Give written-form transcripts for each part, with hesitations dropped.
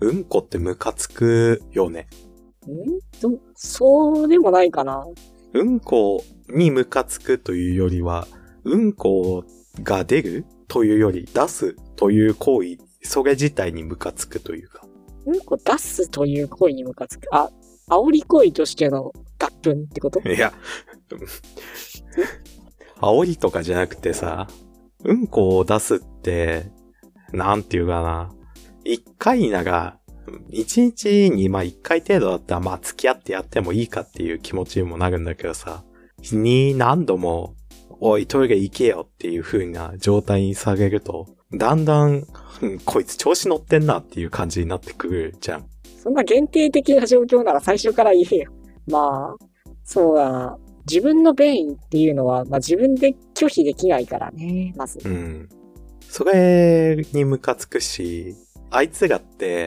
うんこってムカつくよね。 そうでもないかな。 うんこにムカつくというよりは、うんこが出るというより出すという行為、それ自体にムカつくというか。 うんこ出すという行為にムカつく。煽り行為としての脱粉ってこと？ いや、煽りとかじゃなくてさ、うんこを出すって、なんていうかな。一回なら、一日に一回程度だったら付き合ってやってもいいかっていう気持ちにもなるんだけどさ、日に何度も、おいトイレ行けよっていう風な状態に下げると、だんだん、こいつ調子乗ってんなっていう感じになってくるじゃん。 そんな限定的な状況なら最初から言えよ。そうだな。自分の便意っていうのは、自分で拒否できないからね、まず。 それにムカつくし、あいつらって、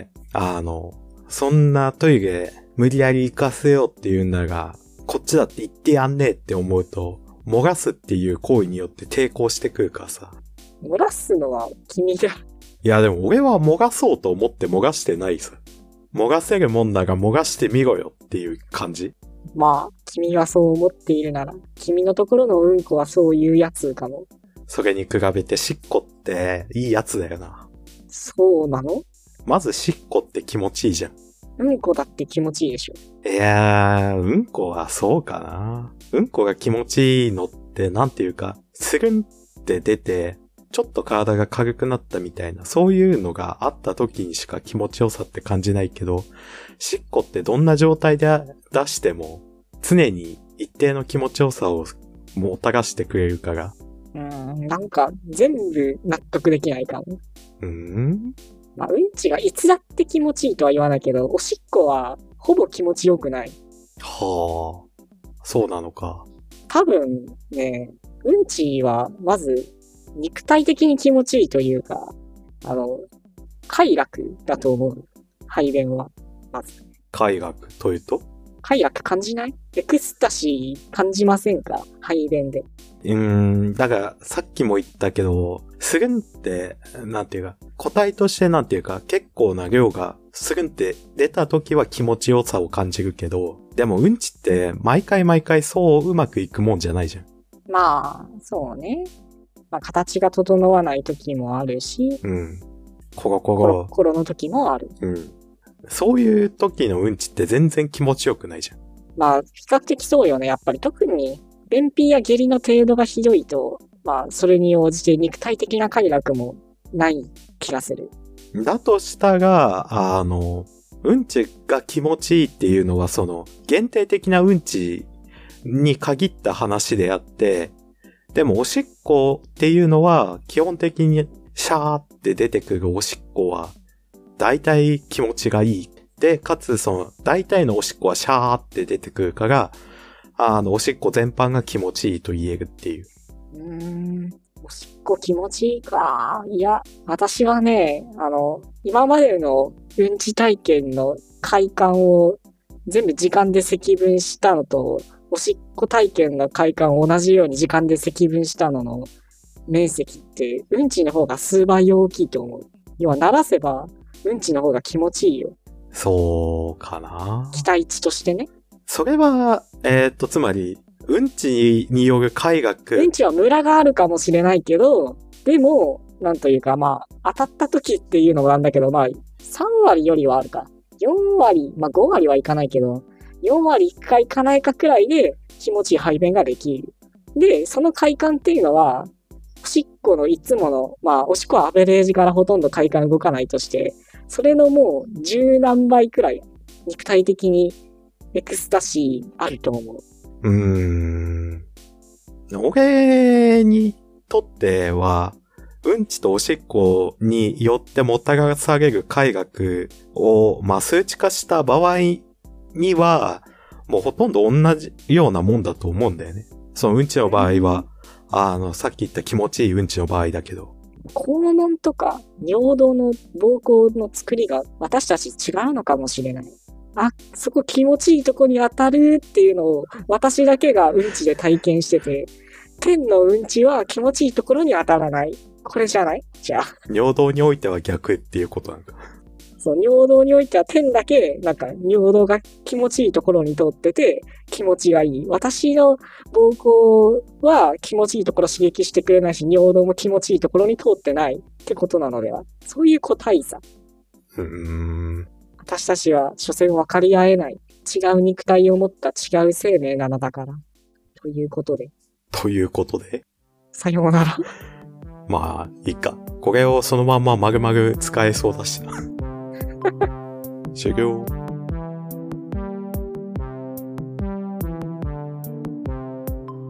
そんなトイレ無理やり行かせようって言うんだが、こっちだって言ってやんねえって思うと、漏らすっていう行為によって抵抗してくるからさ。 漏らすのは君だ。 いやでも俺は漏らそうと思って漏らしてないさ。漏らせるもんだが漏らしてみろよっていう感じ。 君はそう思っているなら、君のところのうんこはそういうやつかも。 それに比べてしっこっていいやつだよな。 そうなの？ まずしっこって気持ちいいじゃん。 うんこだって気持ちいいでしょ。 いやー、うんこはそうかな。うんこが気持ちいいのってなんていうか、スルンって出て、ちょっと体が軽くなったみたいな、そういうのがあった時にしか気持ちよさって感じないけど、しっこってどんな状態で出しても、常に一定の気持ちよさをもたらしてくれるから。 なんか全部納得できないかも。うんちがいつだって気持ちいいとは言わないけど、おしっこはほぼ気持ちよくない。 はあ、そうなのか。 多分ね、うんちはまず肉体的に気持ちいいというか、快楽だと思う。排便は。まず。 快楽というと？ 快楽感じない？エクスタシー感じませんか？排便で。 だからさっきも言ったけど、スルンって、なんていうか、個体としてなんていうか、結構な量がスルンって出た時は気持ちよさを感じるけど、でもうんちって毎回そううまくいくもんじゃないじゃん。 そうね。形が整わない時もあるし、 コロの時もある。 そういう時のうんちって全然気持ちよくないじゃん。 比較的そうよね。やっぱり特に便秘や下痢の程度がひどいと、それに応じて肉体的な快楽もない気がする。 だとしたら、うんちが気持ちいいっていうのは限定的なうんちに限った話であって、でもおしっこっていうのは基本的にシャーって出てくるおしっこは大体気持ちがいい。で、かつ大体のおしっこはシャーって出てくるから、おしっこ全般が気持ちいいと言えるっていう。 おしっこ気持ちいいか。いや、私はね、今までのうんち体験の快感を全部時間で積分したのと、おしっこ体験の快感を同じように時間で積分したのの面積って、うんちの方が数倍大きいと思う。要は、鳴らせば、うんちの方が気持ちいいよ。 そうかな。 期待値としてね。 それは、つまり、うんちによる快楽。 うんちはムラがあるかもしれないけど、でも、なんというか、当たった時っていうのもなんだけど、3割よりはあるか。4割、5割はいかないけど、4割1回いかないかくらいで気持ちいい排便ができる。で、その快感っていうのは、おしっこのいつもの、おしっこはアベレージからほとんど快感動かないとして、それのもう10何倍くらい肉体的にエクスタシーあると思う。 俺にとっては、うんちとおしっこによってもたらされる快楽を、数値化した場合には、もうほとんど同じようなもんだと思うんだよね。そのうんちの場合は、さっき言った気持ちいいうんちの場合だけど。 肛門とか尿道の膀胱の作りが私たち違うのかもしれない。そこ気持ちいいとこに当たるっていうのを私だけがうんちで体験してて、天のうんちは気持ちいいところに当たらない。これじゃない？じゃあ。 尿道においては逆っていうことなんだ。 そう、尿道においては点だけ、なんか尿道が気持ちいいところに通ってて、気持ちがいい。私の膀胱は気持ちいいところ刺激してくれないし、尿道も気持ちいいところに通ってないってことなのでは。そういう個体差。私たちは所詮分かり合えない。違う肉体を持った違う生命なのだから。ということで。さようなら。 まあ、いいか。これをそのまんま丸々使えそうだしな。修行。